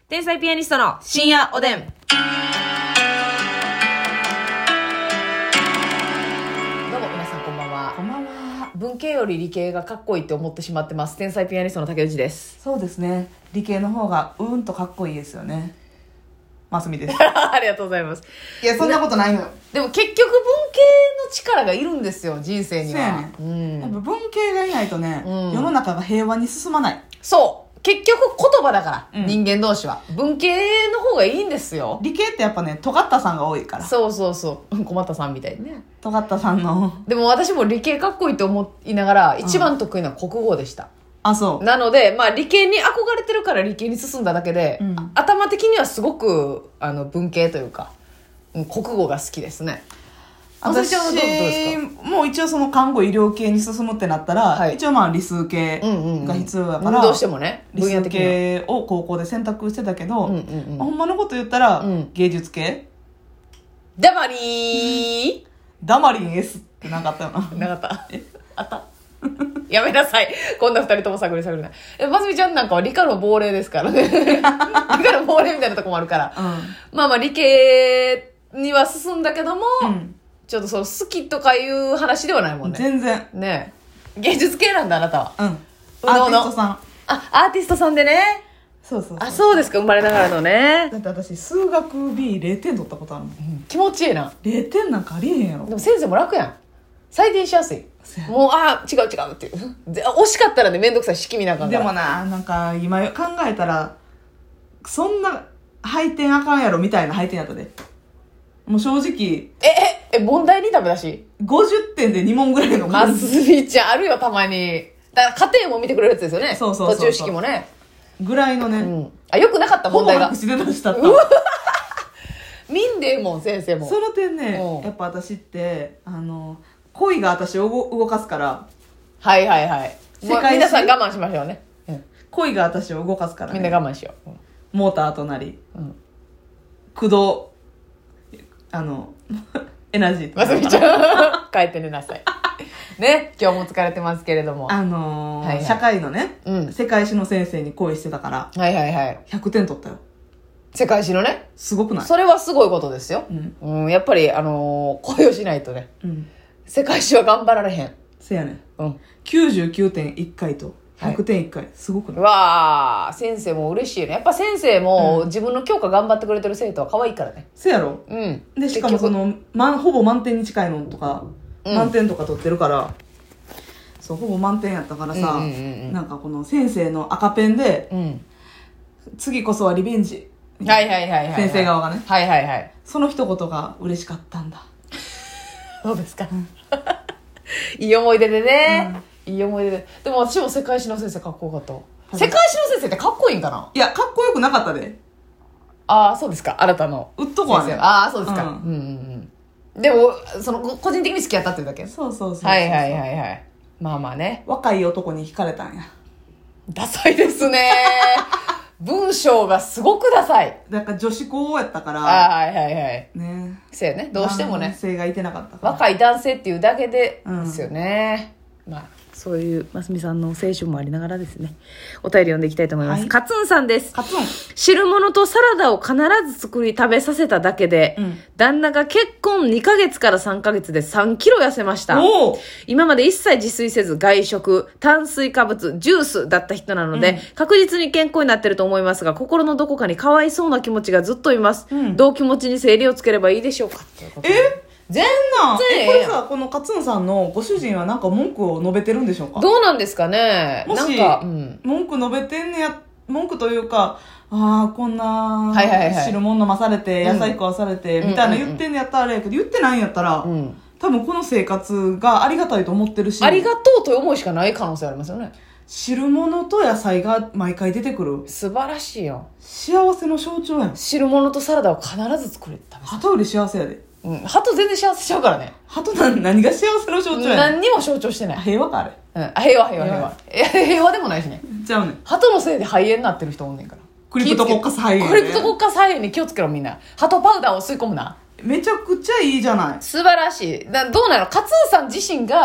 天才ピアニストの深夜おでん。どうも皆さんこんばんは。 こんばんは。 文系より理系がかっこいいって思ってしまってます。天才ピアニストの竹内です。 そうですね。理系の方がとかっこいいですよね。ますみです。 ありがとうございます。 いや、そんなことないのよ。 でも結局文系の力がいるんですよ、人生には。 そうやね、やっぱ文系がいないとね、世の中が平和に進まない。 そう。結局言葉だから、 うん人間同士は。文系の方がいいんですよ。 理系ってやっぱね、尖ったさんが多いから。 そうそうそう。困ったさんみたいにね。 尖ったさんの。 でも私も理系かっこいいと思いながら、一番得意な国語でした。 あ、そう。 なので、まあ理系に憧れてるから理系に進んだだけで、頭的にはすごく文系というか、国語が好きですね。 私ちゃんはどうですか？ もう一応その看護医療系に進むってなったら、 はい一応まあ理数系が必要だから、 どうしてもね、 理数系を高校で選択してたけど、 うんうんうんほんまのこと言ったら、 ん芸術系ダマリダマリン S ってなかったよな。 ーなかったあったやめなさい。こんな二人とも探りな。ますみちゃんなんかは理科の亡霊ですからね。理科の亡霊みたいなとこもあるから。まあまあ理系には進んだけども、ちょっとその好きとかいう話ではないもんね。 全然。 ねえ。芸術系なんだ、あなたは。 アーティストさん。 アーティストさんでね。 そうそうそう。 あ、そうですか、生まれながらのね。 だって私数学 B0 点取ったことあるもん。 気持ちいいな。 0点なんかありえへんやろ。 でも先生も楽やん。採点しやすい。 そうやもう、違うっていう。惜しかったらね、めんどくさい式見なあかんから。 でもな、なんか今考えたら、そんな配点あかんやろみたいな配点やったで。もう正直、 問題にダメだし。 50点で2問ぐらいのま感じすみちゃん、あるよ、たまに。だから家庭も見てくれるやつですよね。 そうそうそうそう途中式もね。 ぐらいのね、 よくなかったほぼ問題が白。紙で出したった。 見んでええもん、先生も。 その点ねうん、 やっぱ私って、恋が私を動かすから、 はいはいはい。もう世界史皆さん我慢しましょうね。 恋が私を動かすからみんなね、 我慢しよう。 モーターとなり、 ん駆動、エナジーとか。 ますみちゃん、帰って寝なさい。ね、今日も疲れてますけれども。 はいはい社会のね、 うん世界史の先生に恋してたから、 はいはいはい。 100点取ったよ。 世界史のね。 すごくない？ それはすごいことですよ。 うん。 やっぱり、恋をしないとね、 うん。 世界史は頑張られへん。 せやねん。 うん。 99.1 回と100点1回。すごくない？ わあ、先生も嬉しいよね。やっぱ先生も自分の教科頑張ってくれてる生徒は可愛いからね。 せやろ？ うん。 で、しかもその、ほぼ満点に近いのとか、満点とか取ってるから、そう、ほぼ満点やったからさ、なんかこの先生の赤ペンで、次こそはリベンジ。 はいはいはいはい。 先生側がね。 はいはいはい。 その一言が嬉しかったんだ。 どうですか、いい思い出でね、いい思い出で。でも私も世界史の先生かっこよかったわ。世界史の先生ってかっこいいんかな？ いや、かっこよくなかったで。 ああ、そうですか。あなたのうっとこはね。 ああ、そうですか。でも、個人的に好きやったっていうだけ。 そうそうそう。 はいはいはいはい。まあまあね。 若い男に惹かれたんや。 ダサいですね。文章がすごくダサい。 だから女子校やったから、 はいはいはい。 ね。 そうやね。どうしても男ね。 性がいてなかったから。 若い男性っていうだけでですよね。まあ、そういう、ますみさんの青春もありながらですね。お便り読んでいきたいと思います。 はいカツンさんです。 カツン。 汁物とサラダを必ず作り食べさせただけで、旦那が結婚2ヶ月から3ヶ月で3キロ痩せました。 おー今まで一切自炊せず外食、炭水化物、ジュースだった人なので、確実に健康になってると思いますが、心のどこかにかわいそうな気持ちがずっといます。どう気持ちに整理をつければいいでしょうか？全然これさ、このカツンさんのご主人はなんか文句を述べてるんでしょうか？ どうなんですかね。 もし、文句述べてんねや、文句というか、ああ、こんな、汁物飲まされて、野菜食わされて、みたいな言ってんねやったらあれやけど、言ってないんやったら、多分この生活がありがたいと思ってるし、 ありがとうという思いしかない可能性ありますよね。 汁物と野菜が毎回出てくる。 素晴らしいよ。 幸せの象徴やん。 汁物とサラダを必ず作れて食べ鳩より幸せやで。 鳩全然幸せしちゃうからね。 鳩何が幸せの象徴やねん。 何にも象徴してない。 平和かあれ。 平和。平和でもないしね。 ちゃうねん。 鳩のせいで肺炎になってる人おんねんから。 クリプトコッカス肺炎。 クリプトコッカス肺炎に気をつけろみんな。鳩パウダーを吸い込むな。 めちゃくちゃいいじゃない。 素晴らしい。どうなの？カツンさん自身が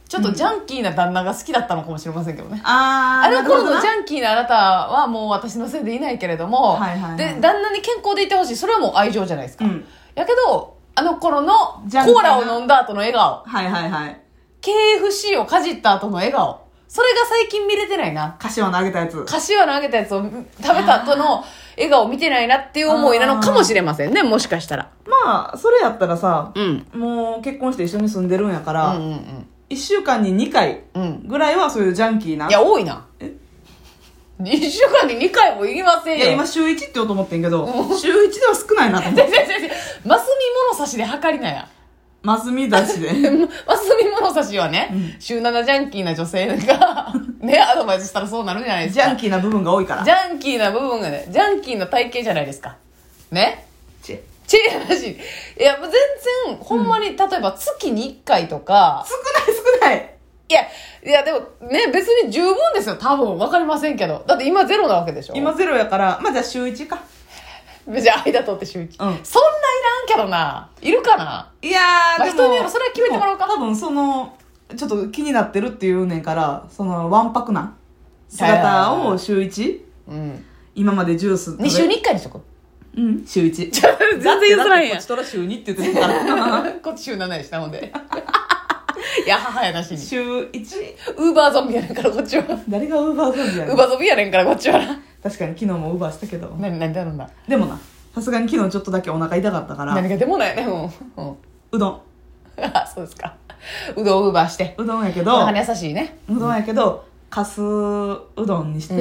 ちょっとジャンキーな旦那が好きだったのかもしれませんけどね。 あの頃のジャンキーなあなたはもう私のせいでいないけれども、で、旦那に健康でいてほしい。それはもう愛情じゃないですか。やけど、あの頃のコーラを飲んだ後の笑顔。KFC をかじった後の笑顔。それが最近見れてないな。 柏の揚げたやつ。 柏の揚げたやつを食べた後の笑顔見てないなっていう思いなのかもしれませんね、もしかしたら。 まあ、それやったらさ、もう結婚して一緒に住んでるんやから、1週間に2回ぐらいはそういうジャンキーな。 いや、多いな。1週間に2回もいりませんよ。 いや、今週1って言おうと思ってんけど、週1では少ないなと思って。 マスミ物差しで測りなや。 マスミ出しで。 マスミ物差しはね、週7ジャンキーな女性が、ね、アドバイスしたらそうなるじゃないですか。 ジャンキーな部分が多いから。 ジャンキーな部分がね、ジャンキーな体型じゃないですか。ね。違うし。いや、全然、ほんまに、例えば月に1回とか。 少ない。 いや、でもね、別に十分ですよ。多分、わかりませんけど。だって今ゼロなわけでしょ。 今ゼロやから、まあじゃあ週1か。 じゃあ間取って週1。そんないらんけどな。いるかな。 いやー、 でも人による、それは決めてもらおうか。 多分ちょっと気になってるっていうねんから、わんぱくな姿を週 1？ 今までジュース 2週に1回にしとこう。週1。 全然譲らんやん。 こっちとら週2って言ってるから。 こっち週7でしたもんで。いや、母やなしに。 週 1？ ウーバーゾンビやねんから、こっちは。 誰がウーバーゾンビやねん。 ウーバーゾンビやねんから、こっちは。 確かに昨日もウーバーしたけど。 何頼んだ。 でもな、さすがに昨日ちょっとだけお腹痛かったから。 何がでもないね、もう。うどん。 あ、そうですか。うどんウーバーして。 うどんやけど。 お金優しいね。 うどんやけど、かすうどんにして、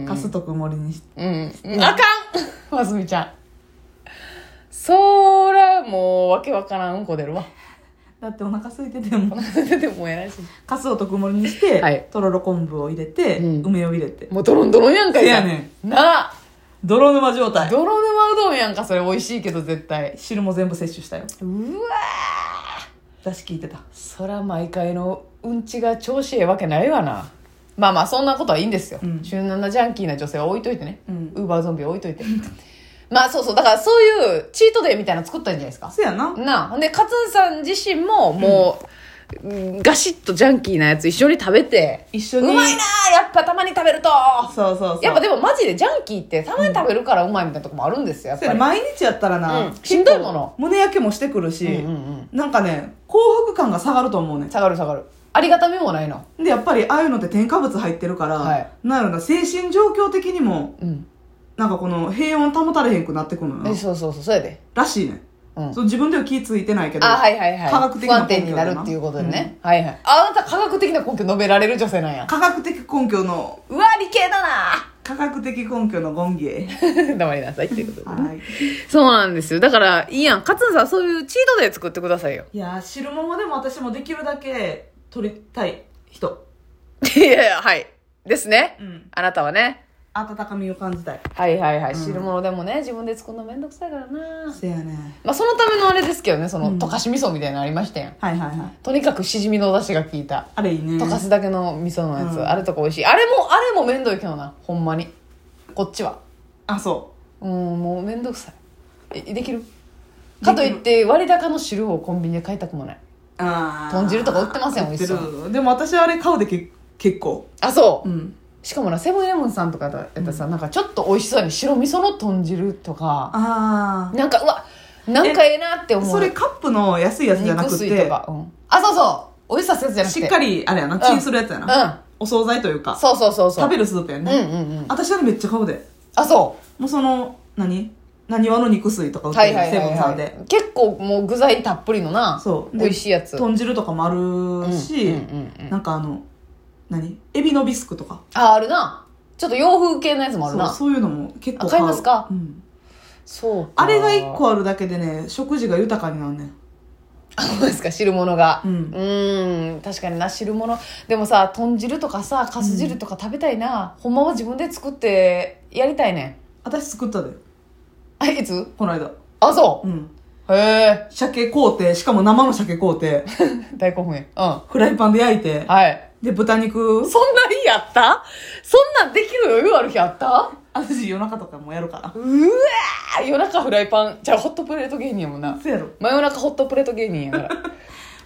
かす特盛りにして。 あかんますみちゃん。そらもうわけわからんうんこ出るわ。 だってお腹空いてても。 お腹空いててもやらしい。 かすを特盛りにして、とろろ昆布を入れて、梅を入れて。 もうドロンドロンやんかい。 せやねん。 なあ。 泥沼状態。 泥沼うどんやんか、それ美味しいけど絶対。 汁も全部摂取したよ。 うわー。出し聞いてた。 そら毎回のうんちが調子ええわけないわな。まあまあそんなことはいいんですよ。週7ジャンキーな女性は置いといてね。ウーバーゾンビは置いといて。まあそうそう。だからそういうチートデーみたいなの作ったんじゃないですか。 そうやな。 なあ。で、カツンさん自身ももう、ガシッとジャンキーなやつ一緒に食べて。 一緒に。 うまいなやっぱたまに食べると。 そう。 やっぱでもマジでジャンキーってたまに食べるからうまいみたいなとこもあるんですよ。やっぱり。 毎日やったらな、 しんどいもの。 胸焼けもしてくるし、なんかね、幸福感が下がると思うね。 下がる。ありがたみもないの。 で、やっぱりああいうのって添加物入ってるから、なんやろな、精神状況的にも、なんかこの平穏保たれへんくなってくるのよ。 そうやで。 らしいね。そう自分では気付いてないけど、 科学的な根拠になるっていうことでね。あなた科学的な根拠述べられる女性なんや。 科学的根拠の、 うわ、理系だな科学的根拠のゴンギエ。 黙りなさいっていうことでね。そうなんですよ。だから、いいやん。カツンさん、そういうチートデー作ってくださいよ。 いや、汁物でも私もできるだけ取りたい人。 いや、はい。ですね。あなたはね。 温かみを感じたい。 汁物でもね、自分で作るのめんどくさいからな。 せやね。 まあ、そのためのあれですけどね、溶かし味噌みたいなのありましたやん。とにかくしじみのお出汁が効いた。 あれいいね。 溶かすだけの味噌のやつ。あれとか美味しい。あれもめんどいけどな。ほんまに。こっちは。 あ、そう。 もうめんどくさい。できるかといって、割高の汁をコンビニで買いたくもない。豚汁とか売ってません、美味しそう。 でも私あれ買うで結構。 あ、そう。しかもな、セブンイレブンさんとかやったらさ、なんかちょっと美味しそうに白味噌の豚汁とか、なんか、うわ、なんかええなって思う。 それカップの安いやつじゃなくて、 肉水とか。あ、そう。お湯さすやつじゃなくて。 しっかり、あれやな、チンするやつやな。お惣菜というか。 そう。 食べるスープやね。私あれめっちゃ買うで。 あ、そう。 もう何話の肉水とか売ってるセブンさんで。 結構もう具材たっぷりのな、美味しいやつ。 豚汁とかもあるし、なんかエビのビスクとか。 あるな。ちょっと洋風系のやつもあるな。 そういうのも結構買いますか？ そうか。あれが1個あるだけでね、食事が豊かになるねん。 そうですか、汁物が。確かにな、汁物。でもさ、豚汁とかさ、かす汁とか食べたいな。ほんまは自分で作ってやりたいねん。 私作ったで。 いつ？ この間。 あ、そう。へえ。 鮭工程、しかも生の鮭工程。 大興奮や。 フライパンで焼いて。で、豚肉。 そんな日あった？そんなんできる余裕ある日あった？ 私夜中とかもやるから。 うわー、夜中フライパン。じゃあホットプレート芸人やもんな。 そうやろ。 真夜中ホットプレート芸人やから。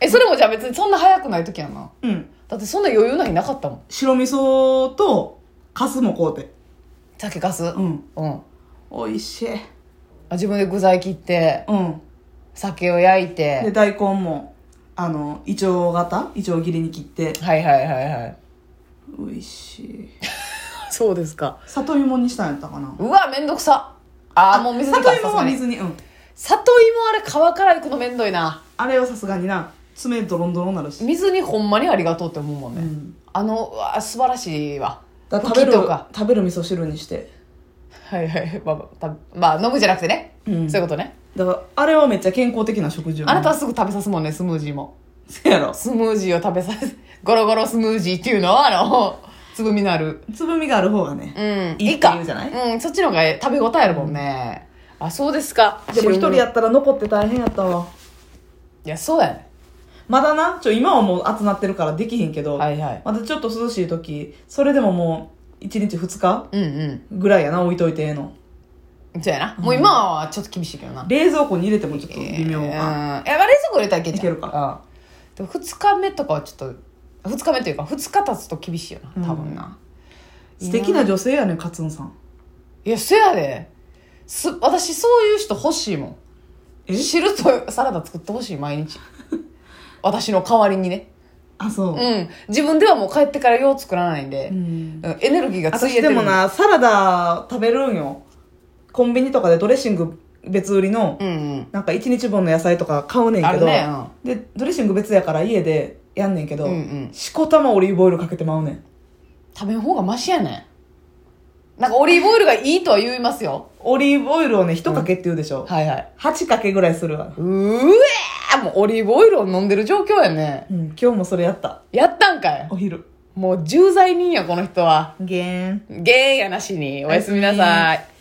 それもじゃあ別にそんな早くない時やんな。 うん。 だってそんな余裕ないなかったもん。 白味噌と、かすも買うて。 酒かす。 うん。 うん。 美味しい。 自分で具材切って、 うん。 酒を焼いて。 で、大根も、イチョウ切りに切って。 はいはいはいはい。 美味しい。 そうですか。 里芋にしたんやったかな。 うわ、めんどくさ。もう水に里芋は水に、うん。 里芋あれ皮からいくのめんどいな。 あれはさすがにな、爪ドロンドロンになるし。 水にほんまにありがとうって思うもんね。素晴らしいわ。 食べる味噌汁にして。 はいはい。まあ、飲むじゃなくてね。そういうことね。 だから、あれはめっちゃ健康的な食事よ、 あなたはすぐ食べさすもんね、スムージーも。 せやろ。 スムージーを食べさす。ゴロゴロスムージーっていうのは、つぶみのある。 つぶみがある方がね。 うん。 いいって言うじゃない？ そっちの方が食べ応えあるもんね。そうですか。 でも一人やったら残って大変やったわ。 いや、そうやね。 まだな、今はもう暑なってるからできひんけど、 はいはい。 まだちょっと涼しい時、それでももう、1日2日うんぐらいやな、置いといてええの。 そうやな。もう今はちょっと厳しいけどな。 冷蔵庫に入れてもちょっと微妙か。 冷蔵庫入れたらいけちゃう。 いけるか。 でも2日目とかはちょっと、2日目というか2日経つと厳しいよな、多分な。 素敵な女性やねん、カツンさん。 いや、そやで。私そういう人欲しいもん。汁とサラダ作ってほしい、毎日。私の代わりにね。 あ、そう。 自分ではもう帰ってからよう作らないんで、エネルギーがついてる。 私でもな、サラダ食べるんよ。コンビニとかでドレッシング別売りの、なんか1日分の野菜とか買うねんけど、で、ドレッシング別やから家でやんねんけど、しこたまオリーブオイルかけてまうねん。 食べん方がマシやねん。なんかオリーブオイルがいいとは言いますよ。 オリーブオイルをね、1かけって言うでしょ。 はいはい。 8かけぐらいするわ。 もうオリーブオイルを飲んでる状況やね。 今日もそれやった。 やったんかい。 お昼。 もう重罪人や、この人は。 ゲーンやなしに。おやすみなさい。